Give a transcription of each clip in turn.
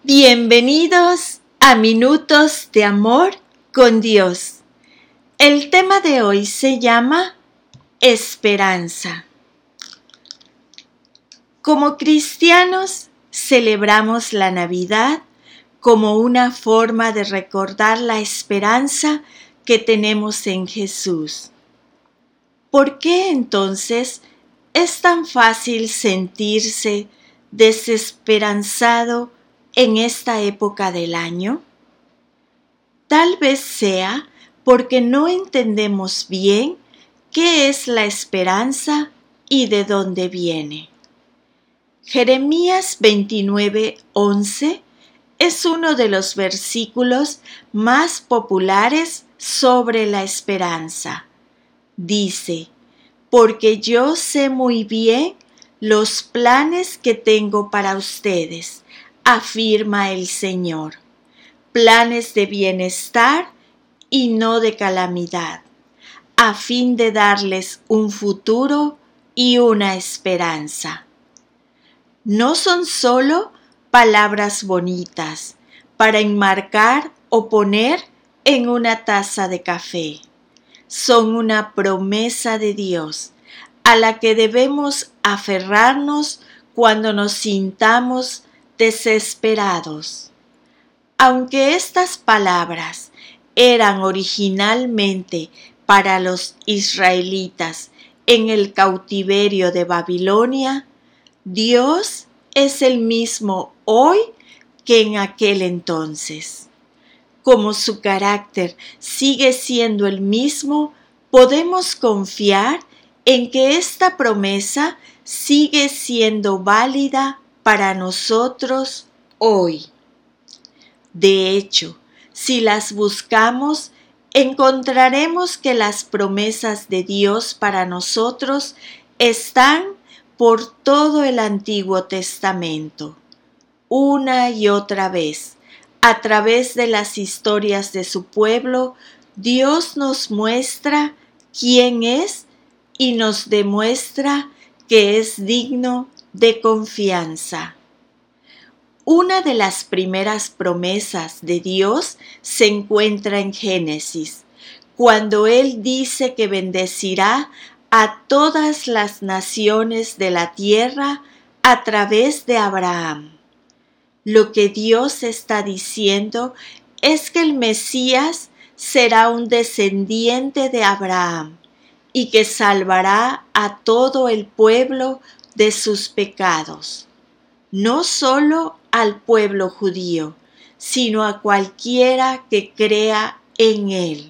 Bienvenidos a Minutos de Amor con Dios. El tema de hoy se llama Esperanza. Como cristianos, celebramos la Navidad como una forma de recordar la esperanza que tenemos en Jesús. ¿Por qué entonces es tan fácil sentirse desesperanzado en esta época del año? Tal vez sea porque no entendemos bien qué es la esperanza y de dónde viene. Jeremías 29:11 es uno de los versículos más populares sobre la esperanza. Dice: porque yo sé muy bien los planes que tengo para ustedes, afirma el Señor, planes de bienestar y no de calamidad, a fin de darles un futuro y una esperanza. No son solo palabras bonitas para enmarcar o poner en una taza de café. Son una promesa de Dios a la que debemos aferrarnos cuando nos sintamos desesperados. Aunque estas palabras eran originalmente para los israelitas en el cautiverio de Babilonia, Dios es el mismo hoy que en aquel entonces. Como su carácter sigue siendo el mismo, podemos confiar en que esta promesa sigue siendo válida para nosotros hoy. De hecho, si las buscamos, encontraremos que las promesas de Dios para nosotros están por todo el Antiguo Testamento. Una y otra vez, a través de las historias de su pueblo, Dios nos muestra quién es y nos demuestra que es digno de confianza. Una de las primeras promesas de Dios se encuentra en Génesis, cuando Él dice que bendecirá a todas las naciones de la tierra a través de Abraham. Lo que Dios está diciendo es que el Mesías será un descendiente de Abraham y que salvará a todo el pueblo de sus pecados. No solo al pueblo judío, sino a cualquiera que crea en él.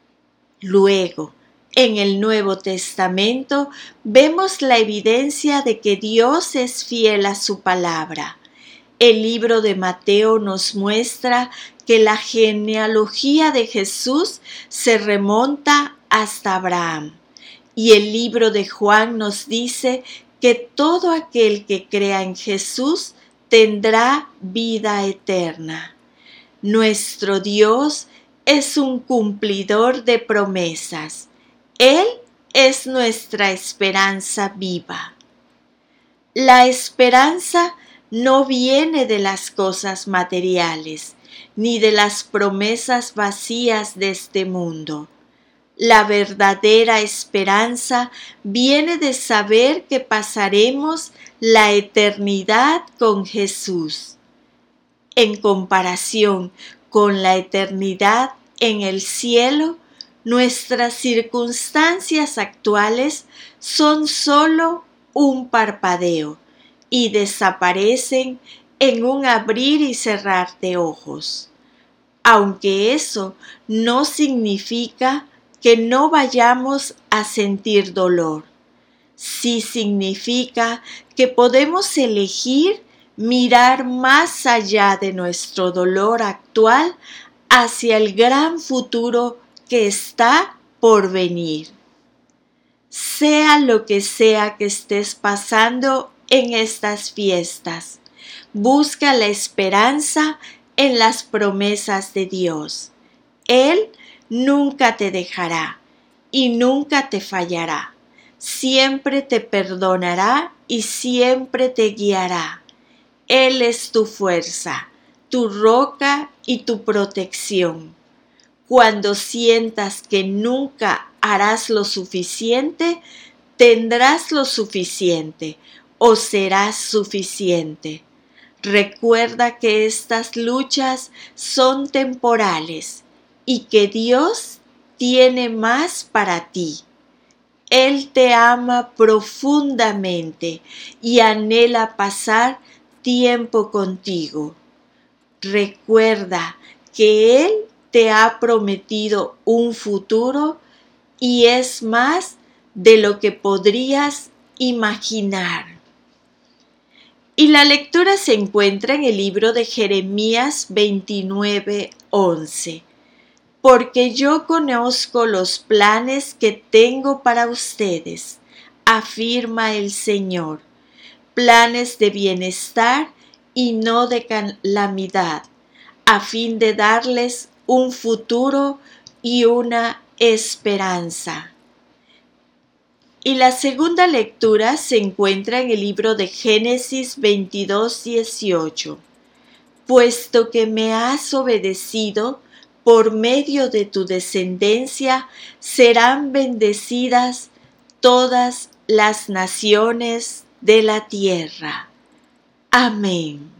Luego, en el Nuevo Testamento, vemos la evidencia de que Dios es fiel a su palabra. El libro de Mateo nos muestra que la genealogía de Jesús se remonta hasta Abraham. Y el libro de Juan nos dice que todo aquel que crea en Jesús tendrá vida eterna. Nuestro Dios es un cumplidor de promesas. Él es nuestra esperanza viva. La esperanza no viene de las cosas materiales, ni de las promesas vacías de este mundo. La verdadera esperanza viene de saber que pasaremos la eternidad con Jesús. En comparación con la eternidad en el cielo, nuestras circunstancias actuales son solo un parpadeo y desaparecen en un abrir y cerrar de ojos. Aunque eso no significa que no vayamos a sentir dolor. Sí significa que podemos elegir mirar más allá de nuestro dolor actual hacia el gran futuro que está por venir. Sea lo que sea que estés pasando en estas fiestas, busca la esperanza en las promesas de Dios. Él nunca te dejará y nunca te fallará. Siempre te perdonará y siempre te guiará. Él es tu fuerza, tu roca y tu protección. Cuando sientas que nunca harás lo suficiente, tendrás lo suficiente o serás suficiente. Recuerda que estas luchas son temporales y que Dios tiene más para ti. Él te ama profundamente y anhela pasar tiempo contigo. Recuerda que Él te ha prometido un futuro y es más de lo que podrías imaginar. Y la lectura se encuentra en el libro de Jeremías 29:11. Porque yo conozco los planes que tengo para ustedes, afirma el Señor, planes de bienestar y no de calamidad, a fin de darles un futuro y una esperanza. Y la segunda lectura se encuentra en el libro de Génesis 22:18. Puesto que me has obedecido, por medio de tu descendencia serán bendecidas todas las naciones de la tierra. Amén.